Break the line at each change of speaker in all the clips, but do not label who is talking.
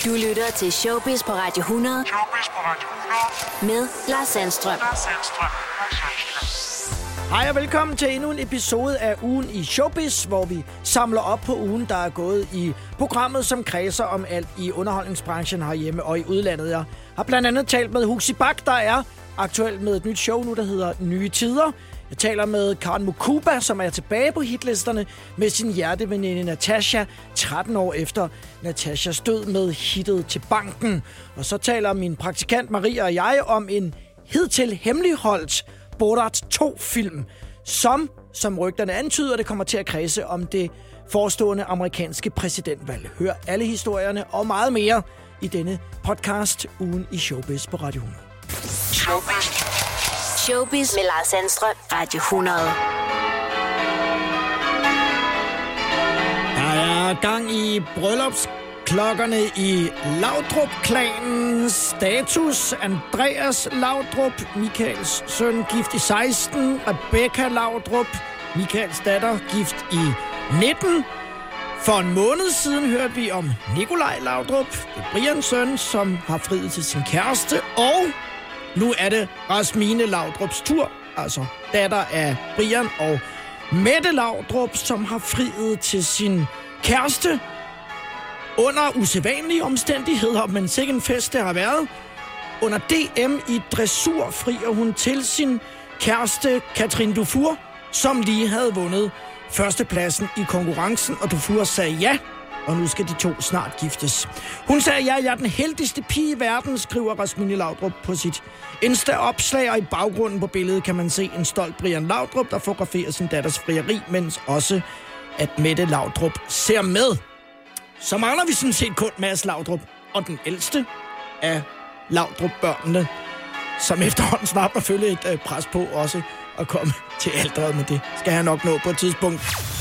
Du lytter til Showbiz på Radio 100. Med Lars Sandstrøm.
Hej og velkommen til endnu en episode af Ugen i Showbiz, hvor vi samler op på ugen, der er gået i programmet, som kredser om alt i underholdningsbranchen herhjemme og i udlandet. Jeg har blandt andet talt med Huxi Bach, der er aktuelt med et nyt show nu, der hedder Nye Tider. Jeg taler med Karen Mukuba, som er tilbage på hitlisterne med sin hjerteveninde Natasha, 13 år efter Natashas død med hittet Til Banken. Og så taler min praktikant Maria og jeg om en hidtil hemmeligholdt Borat 2-film, som rygterne antyder, det kommer til at kredse om det forestående amerikanske præsidentvalg. Hør alle historierne og meget mere i denne podcast, Ugen i Showbiz på Radio 100.
Showbiz med Lars Sandstrøm, Radio 100.
Der er gang i bryllupsklokkerne i Laudrup-klanen. Status: Andreas Laudrup, Michaels søn, gift i 16. Rebecca Laudrup, Michaels datter, gift i 19. For en måned siden hørte vi om Nikolaj Laudrup, det er Brians søn, som har friet til sin kæreste. Og nu er det Rasmine Laudrups tur, altså datter af Brian og Mette Laudrup, som har friet til sin kæreste under usædvanlige omstændigheder, men sikke en fest, det har været. Under DM i dressur frier hun til sin kæreste Katrine Dufour, som lige havde vundet førstepladsen i konkurrencen, og Dufour sagde ja, og nu skal de to snart giftes. Hun sagde ja, jeg er den heldigste pige i verden, skriver Rasmine Laudrup på sit Insta-opslag, og i baggrunden på billedet kan man se en stolt Brian Laudrup, der fotograferer sin datters frieri, mens også at Mette Laudrup ser med. Så mangler vi sådan set kun Mads Laudrup og den ældste af Laudrup-børnene, som efterhånden snart må følge et pres på også at komme til alderet, men det skal han nok nå på et tidspunkt.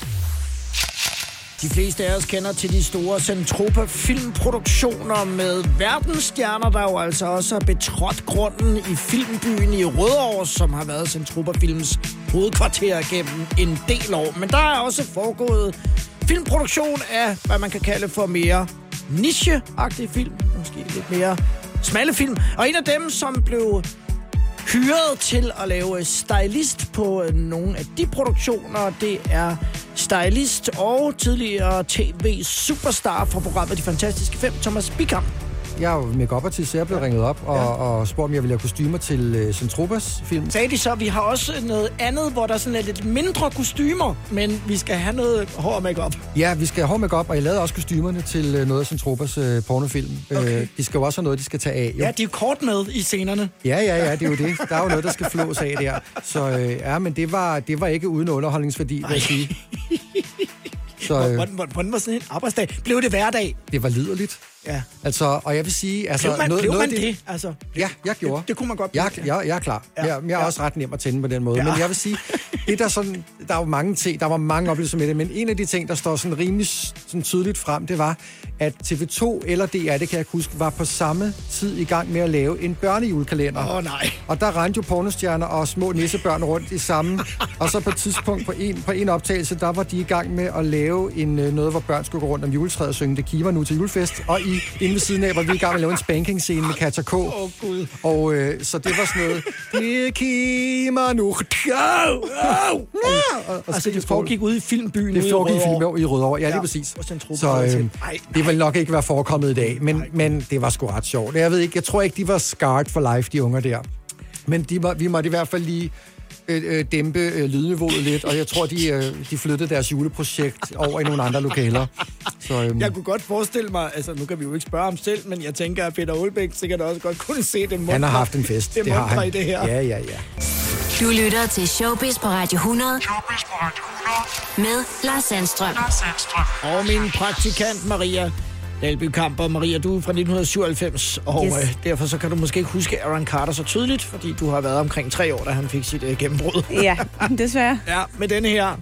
De fleste af os kender til de store Zentropa filmproduktioner med verdensstjerner, der jo altså også har betrådt grunden i filmbyen i Rødovre, som har været Zentropa Films hovedkvarter gennem en del år. Men der er også foregået filmproduktion af, hvad man kan kalde for mere niche-agtige film, måske lidt mere smalle film. Og en af dem, som blev hyret til at lave stylist på nogle af de produktioner, det er stylist og tidligere tv-superstar fra programmet De Fantastiske Fem, Thomas Bikam.
Jeg er jo make-up-artist, så jeg blev ringet op og spurgte, om jeg ville lave kostymer til Zentropas film.
Sagde de så, vi har også noget andet, hvor der sådan er lidt mindre kostymer, men vi skal have noget hård make-up.
Ja, vi skal have hård make-up, og jeg lavede også kostymerne til noget af Zentropas pornofilm. Okay. De skal jo også have noget, de skal tage af. Jo.
Ja, de er kort med i scenerne.
Ja, det er jo det. Der er jo noget, der skal flås af der. Så ja, men det var ikke uden underholdningsværdi, vil jeg sige. Så,
hvordan var sådan en arbejdsdag? Blev det hverdag?
Det var liderligt.
Ja.
Altså, og jeg vil sige... Altså,
blev man det? Altså,
ja, jeg gjorde.
Det kunne man godt.
Jeg er klar. Jeg er også ret nem at tænde på den måde. Ja. Men jeg vil sige, der er jo mange ting, der var mange oplevelser med det, men en af de ting, der står sådan rimelig sådan tydeligt frem, det var, at TV2 eller DR, det kan jeg huske, var på samme tid i gang med at lave en børnejulekalender.
Nej.
Og der rendte jo pornostjerner og små nissebørn rundt i samme. Og så på et tidspunkt på en optagelse, der var de i gang med at lave noget, hvor børn skulle gå rundt om juletræet og synge Det kimer nu til julefest. Og inde ved siden af var vi i gang med at lave en spanking-scene med Katja K.
Gud.
Og så det var sådan noget... Det kimer nu...
Altså, det foregik ude i filmbyen.
Det foregik i Rødovre, ja, lige præcis. Så det vil nok ikke være forekommet i dag, men det var sgu ret sjovt. Jeg tror ikke, de var scarred for life, de unger der. Men vi måtte i hvert fald lige dæmpe lydniveauet lidt, og jeg tror, de flyttede deres juleprojekt over i nogle andre lokaler. Så,
Jeg kunne godt forestille mig, altså nu kan vi jo ikke spørge ham selv, men jeg tænker, at Peter Olbæk sikkert også godt kunne se det
han har haft en fest.
Det har han. I det her.
Ja.
Du lytter til Showbiz på Radio 100. Med Lars Sandstrøm.
Og min praktikant Maria Dalby Kamper. Maria, du er fra 1997, og derfor så kan du måske ikke huske Aaron Carter så tydeligt, fordi du har været omkring 3 år, da han fik sit gennembrud.
Ja, desværre.
Ja, med denne her.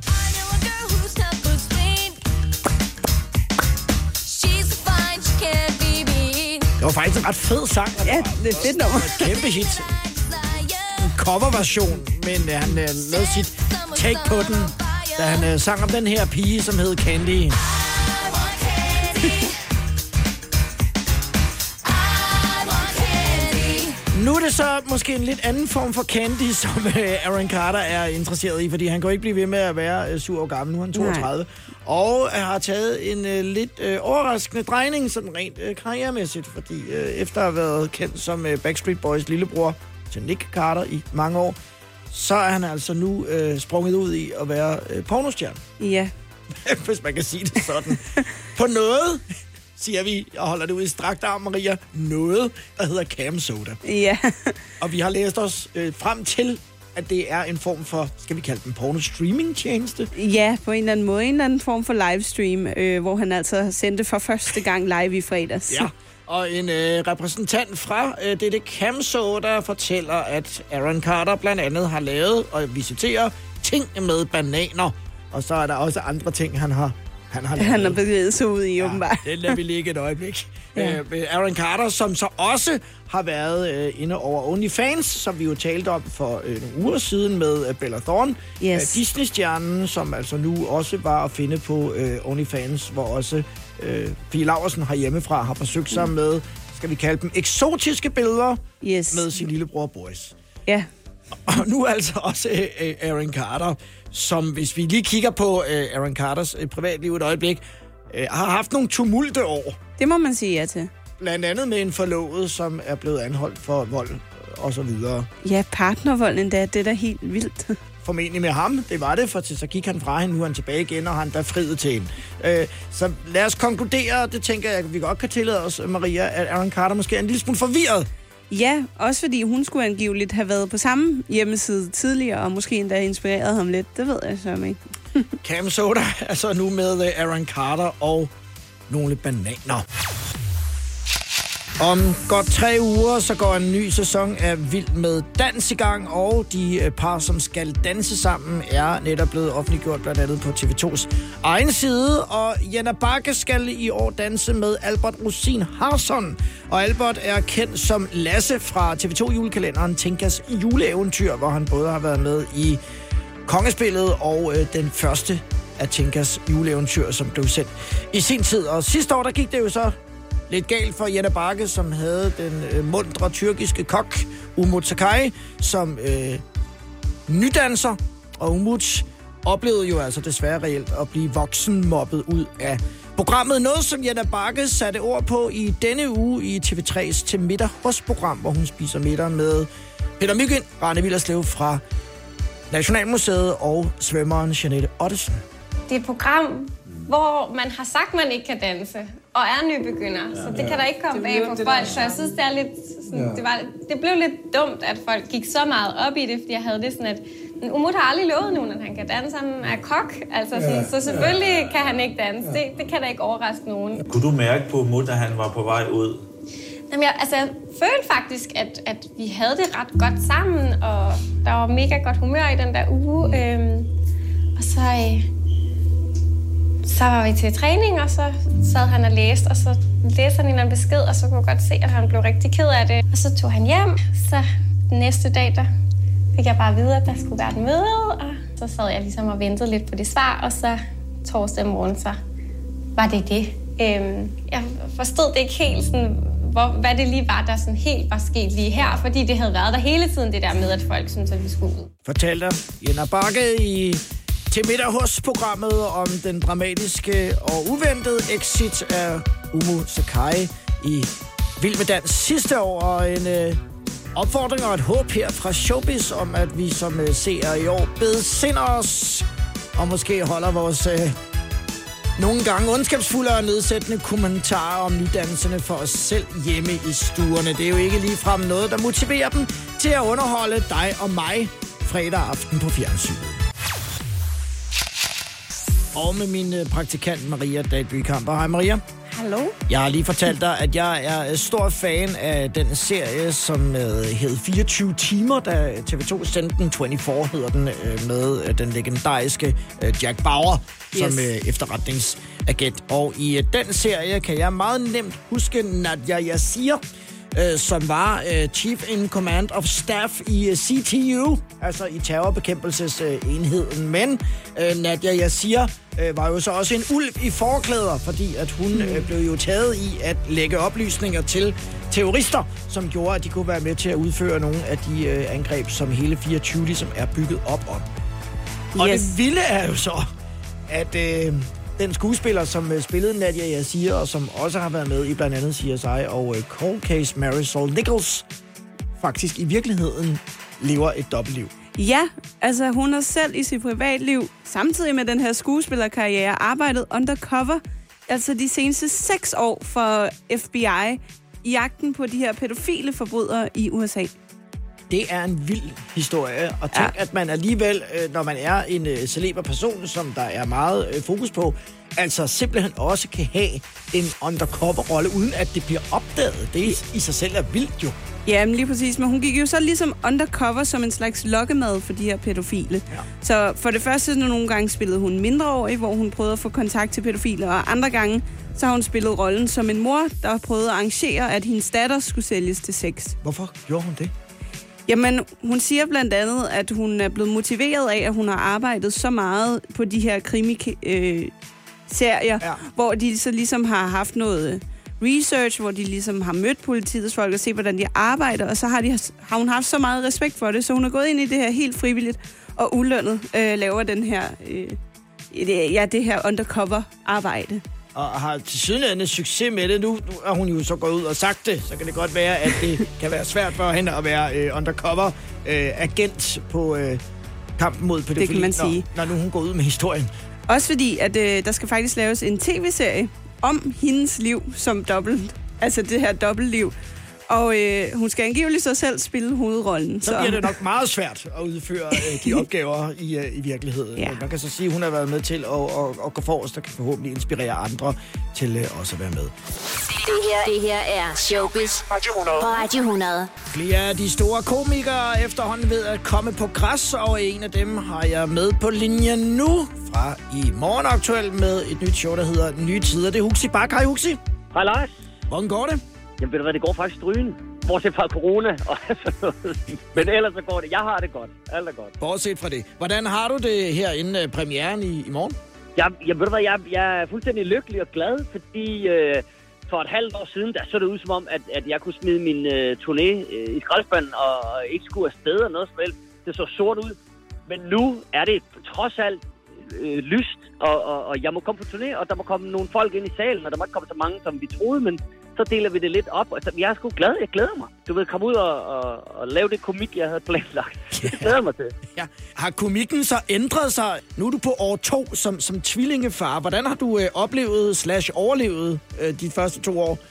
Det var faktisk en ret fed sang.
Ja, det er fedt nummer.
Et kæmpe hit. En coverversion, men han lavede sit take på den, da han sang om den her pige, som hed Candy. nu er det så måske en lidt anden form for candy, som Aaron Carter er interesseret i, fordi han kan jo ikke blive ved med at være 7 år gammel. Nu er han 32. Nej. Og har taget en lidt overraskende drejning, sådan rent karrieremæssigt, fordi efter at have været kendt som Backstreet Boys lillebror til Nick Carter i mange år, så er han altså nu sprunget ud i at være pornostjerne.
Ja.
Hvis man kan sige det sådan. På noget, siger vi, og holder det ud i strakt arm, Maria, noget, der hedder Cam Soda.
Ja. Og
vi har læst os frem til, at det er en form for, skal vi kalde den porno-streaming-tjeneste?
Ja, på en eller anden måde. En eller anden form for livestream, hvor han altså sendte for første gang live i fredags.
Ja, og en repræsentant fra dette Cam Soda fortæller, at Aaron Carter blandt andet har lavet, og vi citerer, ting med bananer. Og så er der også andre ting, han har
begivet sig ud i, åbenbart.
Det lader vi ligge et øjeblik. Ja. Aaron Carter, som så også har været inde over OnlyFans, som vi jo talte om for nogle uger siden med Bella Thorne.
Yes.
Disney-stjernen, som altså nu også var at finde på OnlyFans, hvor også Fie Laursen herhjemmefra har forsøgt sig med, skal vi kalde dem, eksotiske billeder med sin lillebror Boris.
Ja.
Og nu altså også Aaron Carter, som hvis vi lige kigger på Aaron Carters privatliv et øjeblik, har haft nogle tumulte år.
Det må man sige ja til.
Blandt andet med en forlovet, som er blevet anholdt for vold og så videre.
Ja, partnervold endda, det er da helt vildt.
Formentlig med ham, det var det, for så gik han fra hende, nu er han tilbage igen, og han der friet til hende. Så lad os konkludere, det tænker jeg, at vi godt kan tillade os, Maria, at Aaron Carter måske er en lille smule forvirret.
Ja, også fordi hun skulle angiveligt have været på samme hjemmeside tidligere, og måske endda inspireret ham lidt. Det ved jeg så ikke.
Cam Soda, altså nu med Aaron Carter og nogle bananer. Om godt 3 uger, så går en ny sæson af Vild med Dans i gang, og de par, som skal danse sammen, er netop blevet offentliggjort blandt andet på TV2's egen side. Og Jenna Bakke skal i år danse med Albert Rosin Harsson. Og Albert er kendt som Lasse fra TV2-julekalenderen Tinkas juleeventyr, hvor han både har været med i Kongespillet og den første af Tinkas juleeventyr, som blev sendt i sin tid. Og sidste år, der gik det jo så lidt galt for Jenna Bakke, som havde den mundre tyrkiske kok Umut Sakai som nydanser. Og Umut oplevede jo altså desværre reelt at blive voksenmobbet ud af programmet. Noget, som Jenna Bakke satte ord på i denne uge i TV3's Til middag hos program, hvor hun spiser middag med Peter Mygind, Rane Willerslev fra Nationalmuseet og svømmeren Jeanette Ottesen.
Det er et program, hvor man har sagt, man ikke kan danse, og er nybegynder. Så det kan der ikke komme bag på folk. Så jeg synes, det er lidt sådan, det blev lidt dumt, at folk gik så meget op i det, fordi jeg havde det sådan, at Umut har aldrig lovet nogen, at han kan danse. Han er kok, altså sådan, så selvfølgelig kan han ikke danse. Det kan da ikke overraske nogen.
Kunne du mærke på Umut, at han var på vej ud?
Jamen, jeg følte faktisk, at vi havde det ret godt sammen, og der var mega godt humør i den der uge. Og så var vi til træning, og så sad han og læste, og så læste han en besked, og så kunne jeg godt se, at han blev rigtig ked af det. Og så tog han hjem, så den næste dag, der fik jeg bare at vide, at der skulle være et møde, og så sad jeg ligesom og ventede lidt på det svar, og så torsdag morgen, så var det. Jeg forstod det ikke helt, sådan, hvad det lige var, der sådan helt var sket lige her, fordi det havde været der hele tiden, det der med, at folk syntes, at vi skulle ud.
Fortalte Jenna Bakke i Til middag hos programmet om den dramatiske og uventede exit af Umut Sakai i Vild med Dans sidste år, og en opfordring og et håb her fra Showbiz om, at vi som seere i år besinder os og måske holder vores nogle gange ondskabsfulde og nedsættende kommentarer om nydanserne for os selv hjemme i stuerne. Det er jo ikke ligefrem noget, der motiverer dem til at underholde dig og mig fredag aften på fjernsynet. Og med min praktikant Maria Dalby Kamper. Hej Maria.
Hallo.
Jeg har lige fortalt dig, at jeg er stor fan af den serie, som hed 24 timer, da TV2 sendte den. 24 hedder den, med den legendariske Jack Bauer som efterretningsagent. Og i den serie kan jeg meget nemt huske Nadia Yassir, som var Chief in Command of Staff i CTU, altså i terrorbekæmpelsesenheden. Men Nadia Yassir var jo så også en ulv i forklæder, fordi at hun blev jo taget i at lægge oplysninger til terrorister, som gjorde, at de kunne være med til at udføre nogle af de angreb, som hele 24 ligesom er bygget op om. Og det vilde er jo så, at den skuespiller, som spillede Nadia Yassir, og som også har været med i blandt andet CSI og Cold Case Marisol Nichols, faktisk i virkeligheden lever et dobbeltliv.
Ja, altså hun har selv i sit privatliv, samtidig med den her skuespillerkarriere, arbejdet undercover, altså de seneste 6 år for FBI, i jagten på de her pædofile forbrydere i USA.
Det er en vild historie, og tænk, at man alligevel, når man er en celeber person, som der er meget fokus på, altså simpelthen også kan have en undercover-rolle, uden at det bliver opdaget. Det i sig selv er vildt jo.
Jamen lige præcis, men hun gik jo så ligesom undercover som en slags lokkemad for de her pædofile. Ja. Så for det første, nogle gange spillede hun mindreårig, hvor hun prøvede at få kontakt til pædofile, og andre gange, så har hun spillet rollen som en mor, der prøvede at arrangere, at hendes datter skulle sælges til sex.
Hvorfor gjorde hun det?
Jamen, hun siger blandt andet, at hun er blevet motiveret af, at hun har arbejdet så meget på de her krimi-serier, hvor de så ligesom har haft noget research, hvor de ligesom har mødt politiets folk og set, hvordan de arbejder, og så har hun haft så meget respekt for det, så hun er gået ind i det her helt frivilligt og ulønnet laver den her, det her undercover-arbejde.
Og har tilsyneladende succes med det. Nu er hun jo så gået ud og sagt det, så kan det godt være, at det kan være svært for hende at være undercover-agent på kampen mod pædofili. Det kan man sige. Når nu hun går ud med historien.
Også fordi, at der skal faktisk laves en tv-serie om hendes liv som dobbelt. Altså det her dobbeltliv. Og hun skal angiveligt så selv spille hovedrollen.
Så bliver det nok meget svært at udføre de opgaver i virkeligheden. Ja. Man kan så sige, at hun har været med til at gå forrest og kan forhåbentlig inspirere andre til også at være med.
Det her er Showbiz på Radio 100.
Flere af de store komikere efterhånden ved at komme på græs, og en af dem har jeg med på linjen nu fra i Morgen Aktuel med et nyt show, der hedder Nye Tider. Det er Huxi Bak. Hej Huxi.
Hej Lars.
Hvordan går det?
Jamen ved du hvad, det går faktisk strygende. Bortset fra corona og sådan noget. Men ellers så går det. Jeg har det godt. Alt er godt.
Bortset fra det. Hvordan har du det her inden premieren i morgen?
Ved du hvad, jeg er fuldstændig lykkelig og glad, fordi for et halvt år siden, der så det ud som om, at jeg kunne smide min turné i skraldespanden og ikke skulle afsted og noget som helst. Det så sort ud. Men nu er det trods alt lyst, og jeg må komme på turné, og der må komme nogle folk ind i salen, og der må ikke komme så mange, som vi troede, men så deler vi det lidt op. Altså, jeg er sgu glad. Jeg glæder mig. Du ved, komme ud og lave det komik, jeg havde planlagt. Det glæder mig til.
Ja. Har komikken så ændret sig? Nu er du på år 2 som tvillingefar. Hvordan har du oplevet/overlevet de første 2 år?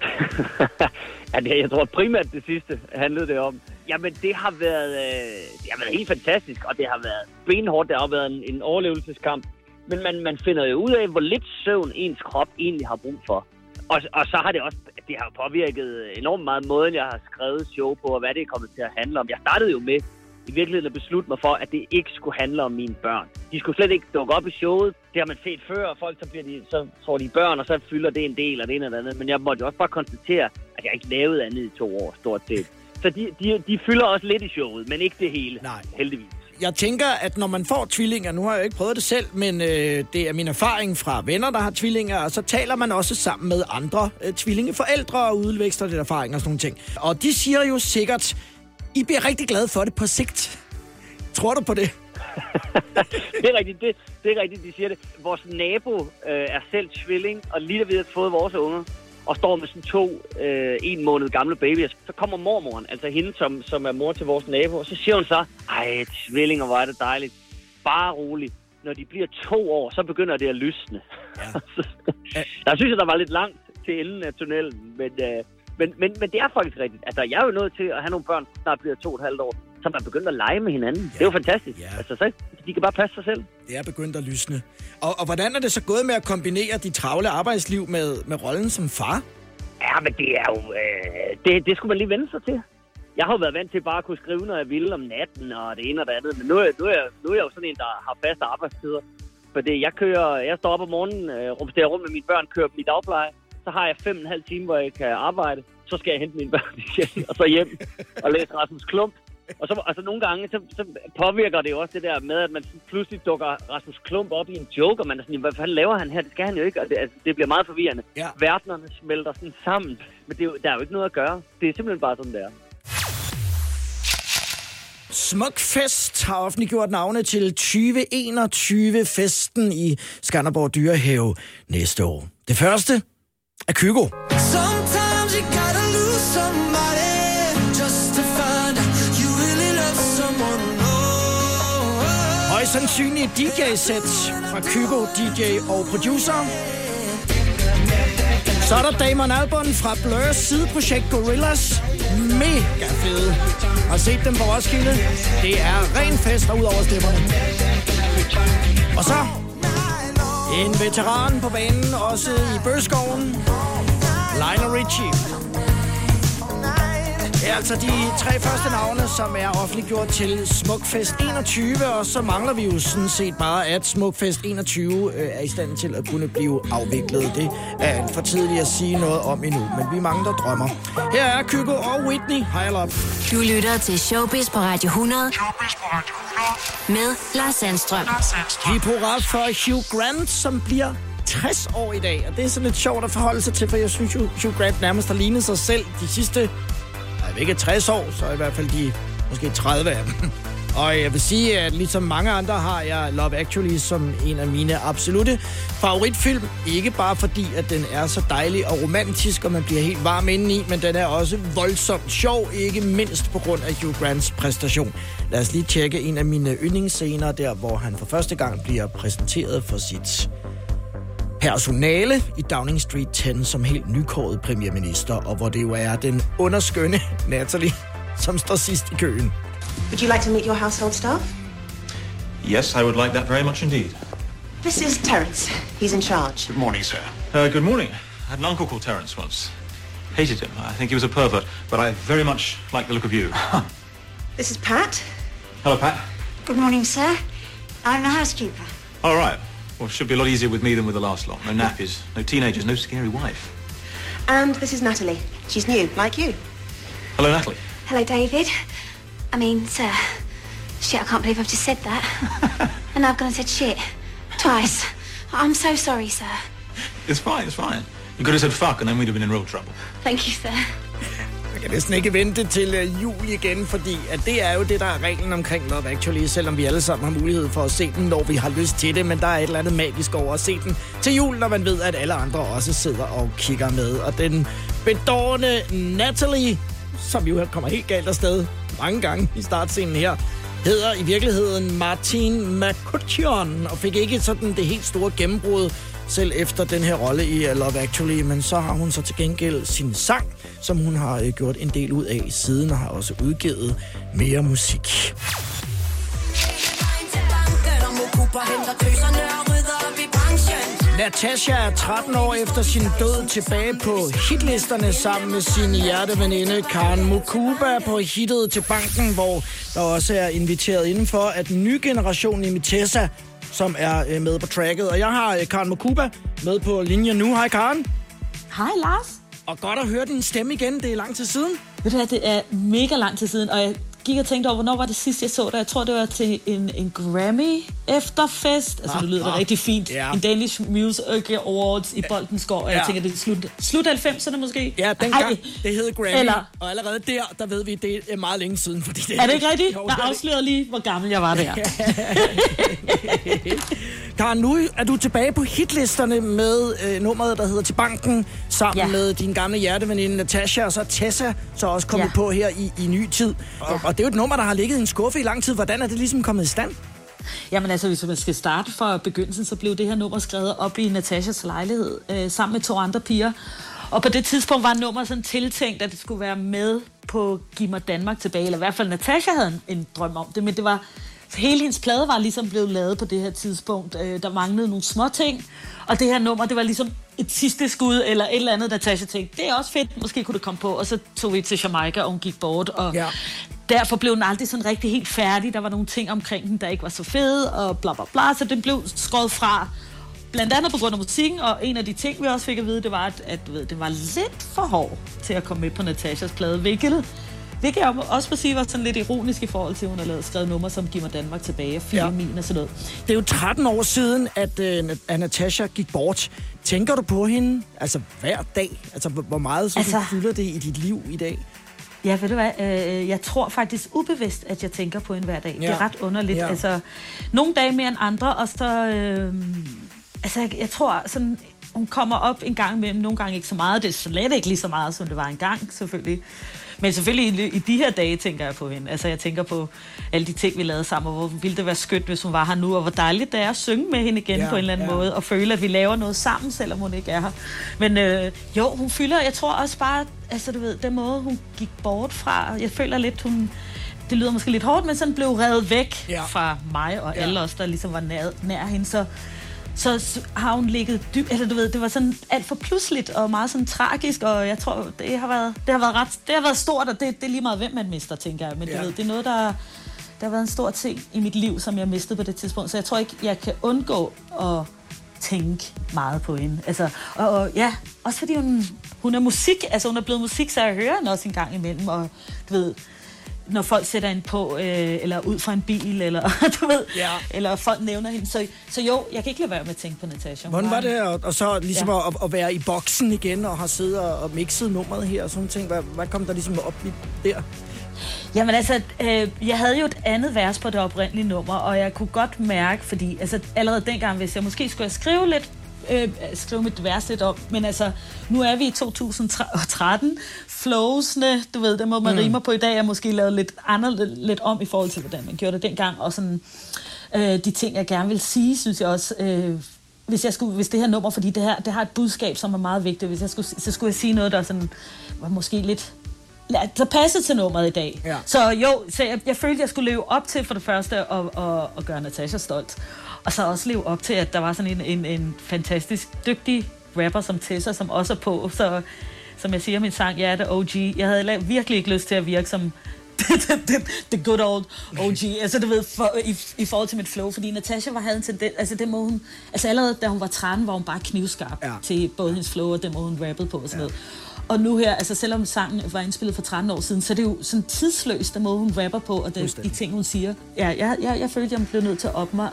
Jeg tror primært det sidste handlede det om. Jamen, det har været helt fantastisk, og det har været benhårdt. Det har været en overlevelseskamp. Men man finder jo ud af, hvor lidt søvn ens krop egentlig har brug for. Og så har det også påvirket enormt meget måden, jeg har skrevet show på, og hvad det er kommet til at handle om. Jeg startede jo med i virkeligheden at beslutte mig for, at det ikke skulle handle om mine børn. De skulle slet ikke dukke op i showet. Det har man set før, og folk så tror de børn, og så fylder det en del af det ene eller andet. Men jeg måtte jo også bare konstatere, at jeg ikke lavede andet i 2 år, stort set. Så de fylder også lidt i showet, men ikke det hele. Nej. Heldigvis.
Jeg tænker, at når man får tvillinger, nu har jeg jo ikke prøvet det selv, men det er min erfaring fra venner, der har tvillinger, og så taler man også sammen med andre tvillingeforældre og udveksler lidt erfaring og sådan nogle ting. Og de siger jo sikkert, I bliver rigtig glade for det på sigt. Tror du på det?
Det er rigtigt, de siger det. Vores nabo er selv tvilling, og lige da vi har fået vores unger, og står med sådan 2 1 måned gamle babyer. Så kommer mormoren, altså hende, som er mor til vores nabo, og så siger hun så, ej, tvillinger, hvor er det dejligt. Bare roligt. Når de bliver 2 år, så begynder det at lysne. Ja. Der synes jeg, der var lidt langt til enden af tunnelen, men det er faktisk rigtigt. Altså, jeg er jo nødt til at have nogle børn, der snart bliver 2,5 år, som er begyndt at lege med hinanden. Ja. Det er jo fantastisk. Ja. Altså, så de kan bare passe sig selv.
Det er begyndt at lysne. Og hvordan er det så gået med at kombinere dit travle arbejdsliv med rollen som far?
Ja, men det er jo... det skulle man lige vende sig til. Jeg har jo været vant til bare at kunne skrive, når jeg ville om natten og det ene og det andet. Men nu er jeg jo sådan en, der har faste arbejdstider. Fordi jeg står op om morgenen, rumsterer rundt med mine børn, kører dem i dagpleje. Så har jeg 5,5 timer, hvor jeg kan arbejde. Så skal jeg hente mine børn igen, og så hjem og læse Rasmus Klump. Og så altså, nogle gange, så påvirker det jo også det der med, at man pludselig dukker Rasmus Klump op i en joke, og man er sådan, hvad fanden laver han her? Det skal han jo ikke, og det bliver meget forvirrende. Ja. Verdenerne smelter sådan sammen, men der er jo ikke noget at gøre. Det er simpelthen bare sådan, det er.
Smukfest har offentliggjort navne til 2021-festen i Skanderborg Dyrehave næste år. Det første er Kygo. Højst sandsynligt DJ-sæt fra Kygo, DJ og producer. Så er der Damon Albarn fra Blurs sideprojekt Gorillaz. Mega fede. Har set dem på Roskilde. Det er ren fest og ud over stemmerne. Og så en veteran på banen, også i Bøgeskoven. Lionel Richie. Det er altså de 3 første navne, som er offentliggjort til Smukfest 21, og så mangler vi jo sådan set bare, at Smukfest 21 er i stand til at kunne blive afviklet. Det er for tidligt at sige noget om endnu, men vi er mange, der drømmer. Her er Kygo og Whitney. Hej op.
Du lytter til Showbiz på Radio 100. Med Lars Sandstrøm.
Vi er på rap for Hugh Grant, som bliver 60 år i dag, og det er sådan lidt sjovt at forholde sig til, for jeg synes, Hugh Grant nærmest har lignet sig selv de sidste ikke 60 år, så i hvert fald de måske 30 af dem. Og jeg vil sige, at ligesom mange andre har jeg Love Actually som en af mine absolutte favoritfilm. Ikke bare fordi, at den er så dejlig og romantisk, og man bliver helt varm indeni, men den er også voldsomt sjov, ikke mindst på grund af Hugh Grants præstation. Lad os lige tjekke en af mine yndlingsscener der, hvor han for første gang bliver præsenteret for sit personale i Downing Street 10 som helt nykåret premierminister, og hvor det jo er den underskønne Natalie, som står sidst i køen.
Would you like to meet your household staff?
Yes, I would like that very much indeed.
This is Terence. He's in charge.
Good morning, sir. Good morning. I had an uncle called Terence once. Hated him. I think he was a pervert, but I very much like the look of you.
This is Pat.
Hello, Pat.
Good morning, sir. I'm the housekeeper.
All right. Well, it should be a lot easier with me than with the last lot. No nappies, no teenagers, no scary wife.
And this is Natalie. She's new, like you.
Hello, Natalie.
Hello, David. I mean, sir. Shit, I can't believe I've just said that. And I've gone and said shit. Twice. I'm so sorry, sir.
It's fine, it's fine. You could have said fuck, and then we'd have been in real trouble.
Thank you, sir.
Jeg kan næsten ikke vente til jul igen, fordi at det er jo det, der er reglen omkring Love Actually, selvom vi alle sammen har mulighed for at se den, når vi har lyst til det. Men der er et eller andet magisk over at se den til jul, når man ved, at alle andre også sidder og kigger med. Og den bedårende Natalie, som jo kommer helt galt afsted mange gange i startscenen her, hedder i virkeligheden Martine McCutcheon, og fik ikke sådan det helt store gennembrud selv efter den her rolle i Love Actually, men så har hun så til gengæld sin sang, som hun har gjort en del ud af siden, og har også udgivet mere musik. Natasha er 13 år efter sin død tilbage på hitlisterne sammen med sin hjerteveninde Karen Mukuba på hittet Til Banken, hvor der også er inviteret indenfor, at den nye generation i Mitessa, som er med på tracket. Og jeg har Karen Mukuba med på linjen nu. Hej Karen.
Hej Lars.
Og godt at høre din stemme igen. Det er lang tid siden.
Ved du hvad, det er mega lang tid siden, og jeg gik og tænkte over, hvornår var det sidste, jeg så dig. Jeg tror, det var til en Grammy efterfest. Altså, det lyder da rigtig fint. Yeah. En Danish Music Awards i Boldensgård, og jeg tænker, det er slut 90'erne måske.
Ja, dengang det hed Grammy. Eller, og allerede der ved vi, det er meget længe siden. Fordi det
er det ikke rigtigt? Jeg afslørede lige, hvor gammel jeg var der.
Karen, nu er du tilbage på hitlisterne med nummeret, der hedder Til Banken, sammen med din gamle hjerteveninde Natasha, og så Tessa, så også kommet på her i ny tid. Og det er jo et nummer, der har ligget i en skuffe i lang tid. Hvordan er det ligesom kommet i stand?
Jamen altså, hvis man skal starte fra begyndelsen, så blev det her nummer skrevet op i Natashas lejlighed, sammen med 2 andre piger. Og på det tidspunkt var nummeret sådan tiltænkt, at det skulle være med på Giv mig Danmark tilbage, eller i hvert fald Natasha havde en drøm om det, men det var... Hele hendes plade var ligesom blevet lavet på det her tidspunkt. Der manglede nogle små ting, og det her nummer, det var ligesom et sidste skud, eller et eller andet, Natasha tænkte, det er også fedt, måske kunne det komme på, og så tog vi til Jamaica, og hun gik bort, og derfor blev den aldrig sådan rigtig helt færdig. Der var nogle ting omkring den, der ikke var så fede, og bla bla bla, så den blev skåret fra. Blandt andet på grund af musikken, og en af de ting, vi også fik at vide, det var, at det var lidt for hård til at komme med på Natashas plade, hvilket Det kan jeg også sige var sådan lidt ironisk i forhold til, at hun har skrevet nummer, som giver mig Danmark tilbage, Filmin og sådan noget.
Det er jo 13 år siden, at Natasha gik bort. Tænker du på hende altså hver dag? Altså, hvor meget så du fylder det i dit liv i dag?
Ja, ved du hvad? Jeg tror faktisk ubevidst, at jeg tænker på hende hver dag. Ja. Det er ret underligt. Ja. Altså, nogle dage mere end andre, og så... jeg tror sådan... Hun kommer op en gang imellem, nogle gange ikke så meget. Det er slet ikke lige så meget, som det var engang, selvfølgelig. Men selvfølgelig i de her dage tænker jeg på hende. Altså, jeg tænker på alle de ting, vi lavede sammen, og hvor ville det være skønt, hvis hun var her nu, og hvor dejligt det er at synge med hende igen på en eller anden måde, og føle, at vi laver noget sammen, selvom hun ikke er her. Men hun fylder, jeg tror også bare, altså du ved, den måde, hun gik bort fra, jeg føler lidt, det lyder måske lidt hårdt, men sådan blev revet væk fra mig og alle os, der ligesom var nær hende, så har hun ligget dybt, eller du ved, det var sådan alt for pludseligt og meget sådan tragisk, og jeg tror, det har været stort, og det er lige meget, hvem man mister, tænker jeg. Men du ved, det er noget, der har været en stor ting i mit liv, som jeg mistede på det tidspunkt, så jeg tror ikke, jeg kan undgå at tænke meget på hende. Altså, og ja, også fordi hun er musik, altså hun er blevet musik, så jeg hører hende også en gang imellem, og du ved, når folk sætter hende på, eller ud fra en bil, eller du ved, eller folk nævner hende. Så jo, jeg kan ikke lade være med at tænke på Natasha.
Hvordan var det, og så ligesom at være i boksen igen, og have siddet og mixet nummeret her, og sådan ting. Hvad kom der ligesom op der?
Jamen altså, jeg havde jo et andet vers på det oprindelige nummer, og jeg kunne godt mærke, fordi altså, allerede dengang, hvis jeg måske skulle skrive mit vers lidt op, men altså, nu er vi i 2013, flowsene, du ved, det må man rimer på i dag, er måske lavet lidt om i forhold til, hvordan man gjorde det dengang, og sådan, de ting, jeg gerne vil sige, synes jeg også, hvis det her nummer, fordi det har et budskab, som er meget vigtigt, så skulle jeg sige noget, der sådan, var måske lidt, der passede til nummeret i dag. Ja. Så jo, jeg følte, jeg skulle leve op til for det første, og gøre Natasha stolt. Og så også leve op til, at der var sådan en fantastisk dygtig rapper som Tessa, som også er på. Så som jeg siger i min sang, jeg er the OG. Jeg havde virkelig ikke lyst til at virke som the good old OG. Altså du ved, i forhold til mit flow. Fordi Natasha havde en tendens, altså det må hun, altså allerede da hun var 13, var hun bare knivskarp til både hendes flow og det må hun rappede på og sådan noget. Og nu her, altså selvom sangen var indspillet for 13 år siden, så er det jo sådan tidsløst, den måde hun rapper på, og de ting, hun siger. Ja, jeg følte, jeg blev nødt til at op mig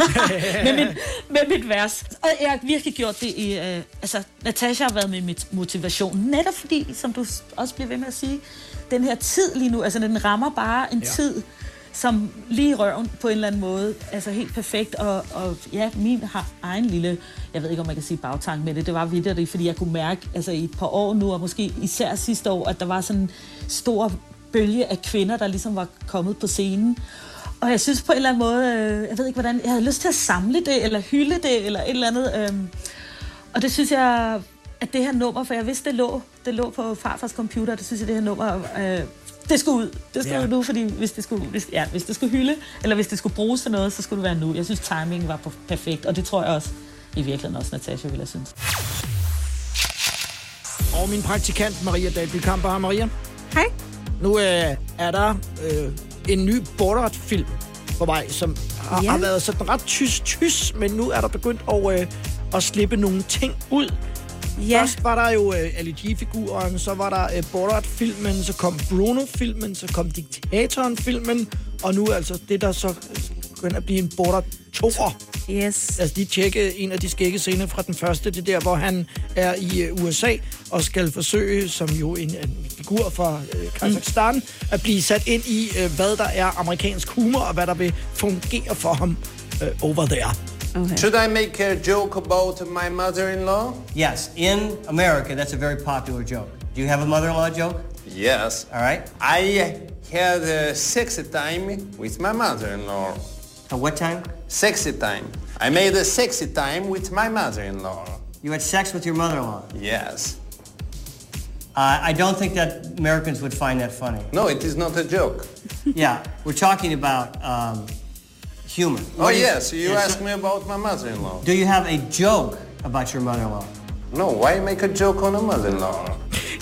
med mit vers. Og jeg har virkelig gjort det i... altså, Natasha har været min motivation. Netop fordi, som du også bliver ved med at sige, den her tid lige nu, altså den rammer bare en tid, som lige i røven på en eller anden måde, altså helt perfekt, og ja, min har egen lille, jeg ved ikke, om man kan sige bagtank med det, det var vitterligt, fordi jeg kunne mærke, altså i et par år nu, og måske især sidste år, at der var sådan en stor bølge af kvinder, der ligesom var kommet på scenen, og jeg synes på en eller anden måde, jeg ved ikke hvordan, jeg havde lyst til at samle det, eller hylde det, eller et eller andet, og det synes jeg, at det her nummer, for jeg vidste, det lå på farfars computer, det synes jeg, det her nummer, det skulle ud. Det skulle ud nu, fordi hvis det skulle hylde, eller hvis det skulle bruges til noget, så skulle det være nu. Jeg synes, timingen var perfekt, og det tror jeg også i virkeligheden også, Natasha ville have synes.
Og min praktikant, Maria Dalby Kamper. Hej, Maria.
Hej.
Nu er der en ny Borat-film på vej, som har været sådan ret tys, men nu er der begyndt at slippe nogle ting ud. Ja. Først var der jo Ali G-figuren, så var der Borat-filmen, så kom Bruno-filmen, så kom Diktatoren-filmen, og nu altså det, der så begynder at blive en Borat 2'er.
Yes.
Altså, de tjekkede en af de skægge scener fra den første, det der, hvor han er i USA og skal forsøge, som jo en figur fra Kazakhstan, at blive sat ind i, hvad der er amerikansk humor, og hvad der vil fungere for ham over there.
Okay. Should I make a joke about my mother-in-law?
Yes. In America, that's a very popular joke. Do you have a mother-in-law joke?
Yes.
All right.
I had a sexy time with my mother-in-law.
A what time?
Sexy time. I made a sexy time with my mother-in-law.
You had sex with your mother-in-law?
Yes.
I don't think that Americans would find that funny.
No, it is not a joke.
Yeah, we're talking about... humor.
Oh, yes. You asked me about my mother-in-law.
Do you have a joke about your mother-in-law?
No, why make a joke on a mother-in-law?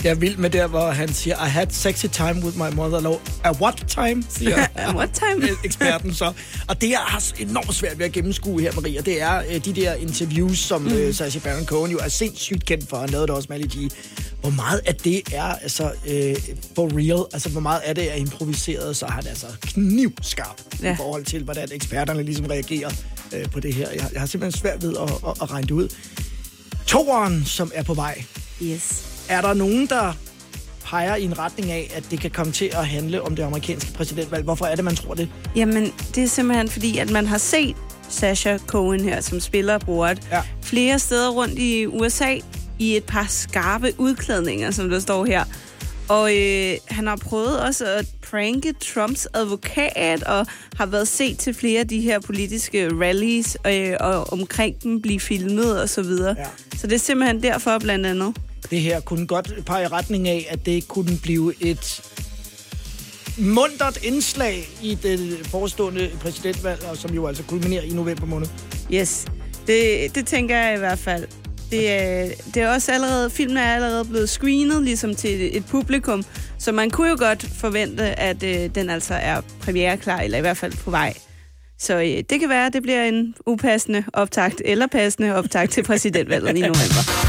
Jeg er vild med der, hvor han siger, I had sexy time with my mother-in-law. At what time, siger
At what time?
Eksperten så. Og det, jeg har enormt svært ved at gennemskue her, Maria, det er de der interviews, som Sacha Baron Cohen jo er sindssygt kendt for. Han lavede det også med Ali G. Hvor meget af det er altså for real? Altså, hvor meget af det er improviseret, så har han altså knivskarp i forhold til, hvordan eksperterne ligesom reagerer på det her. Jeg har simpelthen svært ved at regne det ud. Toeren, som er på vej.
Yes.
Er der nogen, der peger i en retning af, at det kan komme til at handle om det amerikanske præsidentvalg? Hvorfor er det, man tror det?
Jamen, det er simpelthen fordi, at man har set Sacha Cohen her, som spiller Borat, flere steder rundt i USA i et par skarpe udklædninger, som der står her. Og han har prøvet også at pranke Trumps advokat, og har været set til flere af de her politiske rallies, og omkring dem blive filmet og så videre. Ja. Så det er simpelthen derfor blandt andet.
Det her kunne godt pege i retning af, at det kunne blive et muntert indslag i det forestående præsidentvalg, som jo altså kulminerer i november måned.
Yes, det tænker jeg i hvert fald. Det er også allerede, filmen er allerede blevet screenet ligesom til et publikum, så man kunne jo godt forvente, at den altså er premiereklar, eller i hvert fald på vej. Så det kan være, at det bliver en upassende optakt, eller passende optakt til præsidentvalget i november.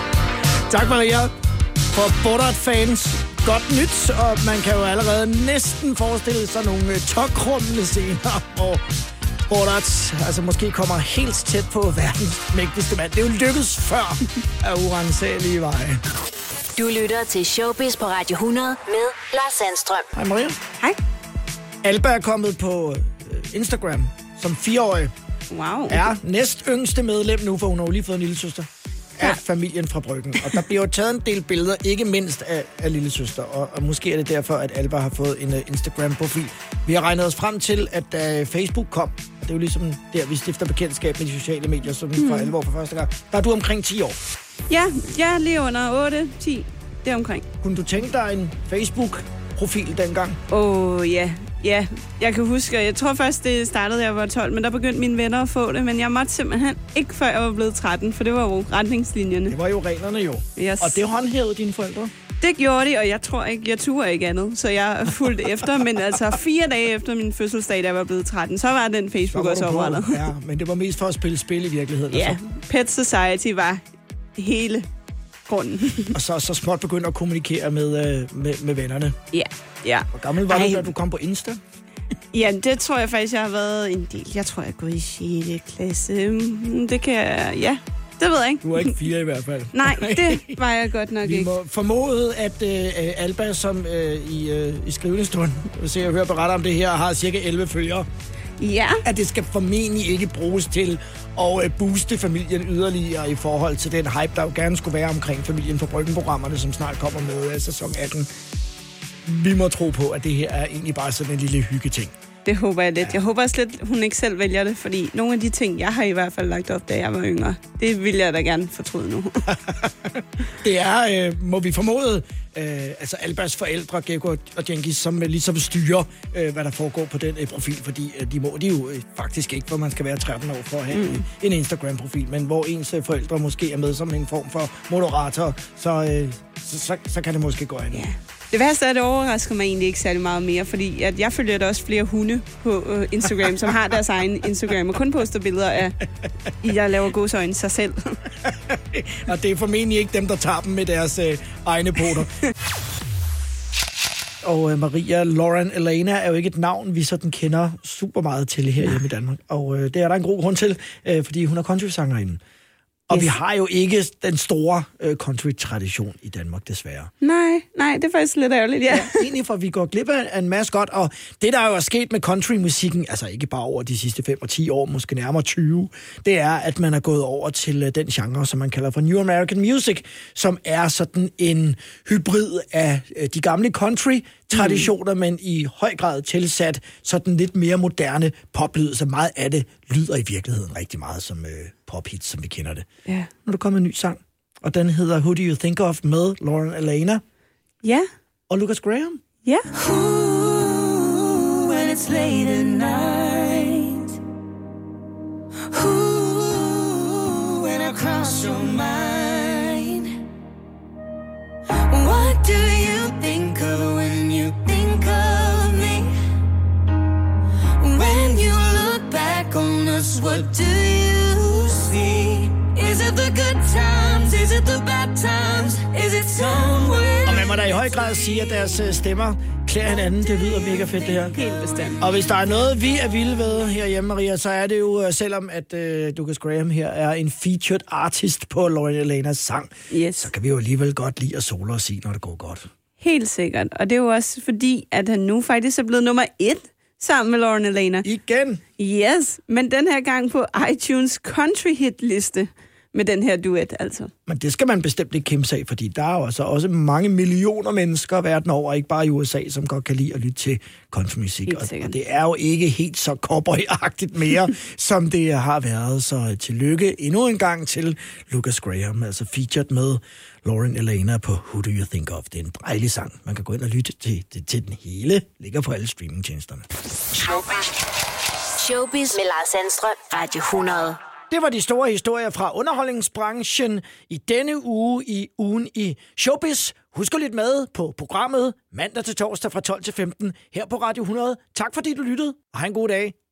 Tak, Maria. For Borat-fans, godt nyt, og man kan jo allerede næsten forestille sig nogle tokrummende scener, hvor Borat altså måske kommer helt tæt på verdens mægtigste mand. Det er jo lykkedes før af urensagelige veje.
Du lytter til Showbiz på Radio 100 med Lars Sandstrøm.
Hej Maria.
Hej.
Alba er kommet på Instagram som 4-årig.
Wow.
Er næst yngste medlem nu, for hun har jo lige fået en lillesøster af familien fra Bryggen. Og der bliver jo taget en del billeder, ikke mindst af lillesøster. Og måske er det derfor, at Alba har fået en Instagram-profil. Vi har regnet os frem til, at da Facebook kom, og det er jo ligesom der, vi stifter bekendtskab med de sociale medier, som for alvor for første gang. Der er du omkring 10 år.
Ja, jeg er lige under 8-10, det omkring.
Kunne du tænke dig en Facebook-profil dengang?
Ja, jeg kan huske, jeg tror først, det startede, jeg var 12, men der begyndte mine venner at få det, men jeg måtte simpelthen ikke, før jeg var blevet 13, for det var jo retningslinjerne.
Det var jo reglerne jo.
Yes.
Og det håndhævede dine forældre?
Det gjorde de, og jeg tror ikke, jeg turde ikke andet, så jeg fulgte efter, men altså 4 dage efter min fødselsdag, da jeg var blevet 13, så var den Facebook også oprettet.
Ja, men det var mest for at spille spil i virkeligheden.
Ja, Pet Society var hele grunden.
Og så småt begyndte at kommunikere med vennerne.
Ja.
Hvor gammel var du, da du kom på Insta?
Ja, det tror jeg faktisk, jeg har været en del. Jeg tror, jeg er gået i 6. klasse. Det kan jeg... Ja, det ved jeg ikke.
Du er ikke 4 i hvert fald.
Nej, det var jeg godt nok ikke.
Vi må formode, at Alba, som i skrivende stund, hvis jeg hører beretter om det her, har cirka 11 følgere.
Ja.
At det skal formentlig ikke bruges til at booste familien yderligere i forhold til den hype, der jo gerne skulle være omkring familien for Bryggen-programmerne, som snart kommer med sæson 18. Vi må tro på, at det her er egentlig bare sådan en lille hyggeting.
Det håber jeg lidt. Jeg håber slet, hun ikke selv vælger det, fordi nogle af de ting, jeg har i hvert fald lagt op, da jeg var yngre, det vil jeg da gerne fortryde nu.
Det er, må vi formode, altså Albas forældre, Gekko og Djengis, som ligesom styrer, hvad der foregår på den profil, fordi de må de jo faktisk ikke, hvor man skal være 13 år for at have en Instagram-profil, men hvor ens forældre måske er med som en form for moderator, så kan det måske gå an.
Yeah. Det værste er, at det overrasker mig egentlig ikke særlig meget mere, fordi at jeg følger da også flere hunde på Instagram, som har deres egen Instagram, og kun poster billeder af, jeg laver gåseøjne sig selv.
Og det er formentlig ikke dem, der tager dem med deres egne poter. Og Maria Lauren Elena er jo ikke et navn, vi sådan kender super meget til her hjemme i Danmark. Og det er der en god grund til, fordi hun er country-sangerinde. Og vi har jo ikke den store country-tradition i Danmark, desværre.
Nej, det er faktisk lidt ærgerligt, ja.
Egentlig for, at vi går glip af en masse godt, og det, der jo er sket med countrymusikken, altså ikke bare over de sidste 5 og 10 år, måske nærmere 20, det er, at man er gået over til den genre, som man kalder for New American Music, som er sådan en hybrid af de gamle country-traditioner, men i høj grad tilsat sådan lidt mere moderne poplyd, så meget af det lyder i virkeligheden rigtig meget som pophits, som vi kender det.
Ja.
Nu er der kommet en ny sang, og den hedder Who Do You Think Of med Lauren Elena.
Ja.
Og Lucas Graham.
Ja.
Ooh, when it's late at night. Ooh, when I cross your mind. Why what do you see? Is it the good times? Is it the bad times? Is it somewhere?
Og man må da i høj grad sige, at deres stemmer klæder hinanden. Det lyder mega fedt, det her.
Helt bestemt.
Og hvis der er noget, vi er vilde ved herhjemme, Maria, så er det jo, selvom at Lucas Graham her er en featured artist på Lauren Alanas sang, så kan vi jo alligevel godt lide at sole os i, når det går godt.
Helt sikkert. Og det er jo også fordi, at han nu faktisk er blevet nummer 1 sammen med Lauren Alana.
Igen?
Yes, men den her gang på iTunes Country Hit liste med den her duet, altså.
Men det skal man bestemt ikke kæmpe af, fordi der er jo altså også mange millioner mennesker verden over, ikke bare i USA, som godt kan lide at lytte til countrymusik. Og det er jo ikke helt så cowboy-agtigt mere, som det har været. Så tillykke endnu en gang til Lucas Graham, altså featured med Lauren Alana på Who Do You Think Of. Det er en dejlig sang. Man kan gå ind og lytte til den hele. Ligger på alle streamingtjenesterne.
Showbiz med Lars Sandstrøm, Radio 100.
Det var de store historier fra underholdningsbranchen i denne uge i ugen i Showbiz. Husk at lytte med på programmet mandag til torsdag fra 12 til 15 her på Radio 100. Tak fordi du lyttede, og have en god dag.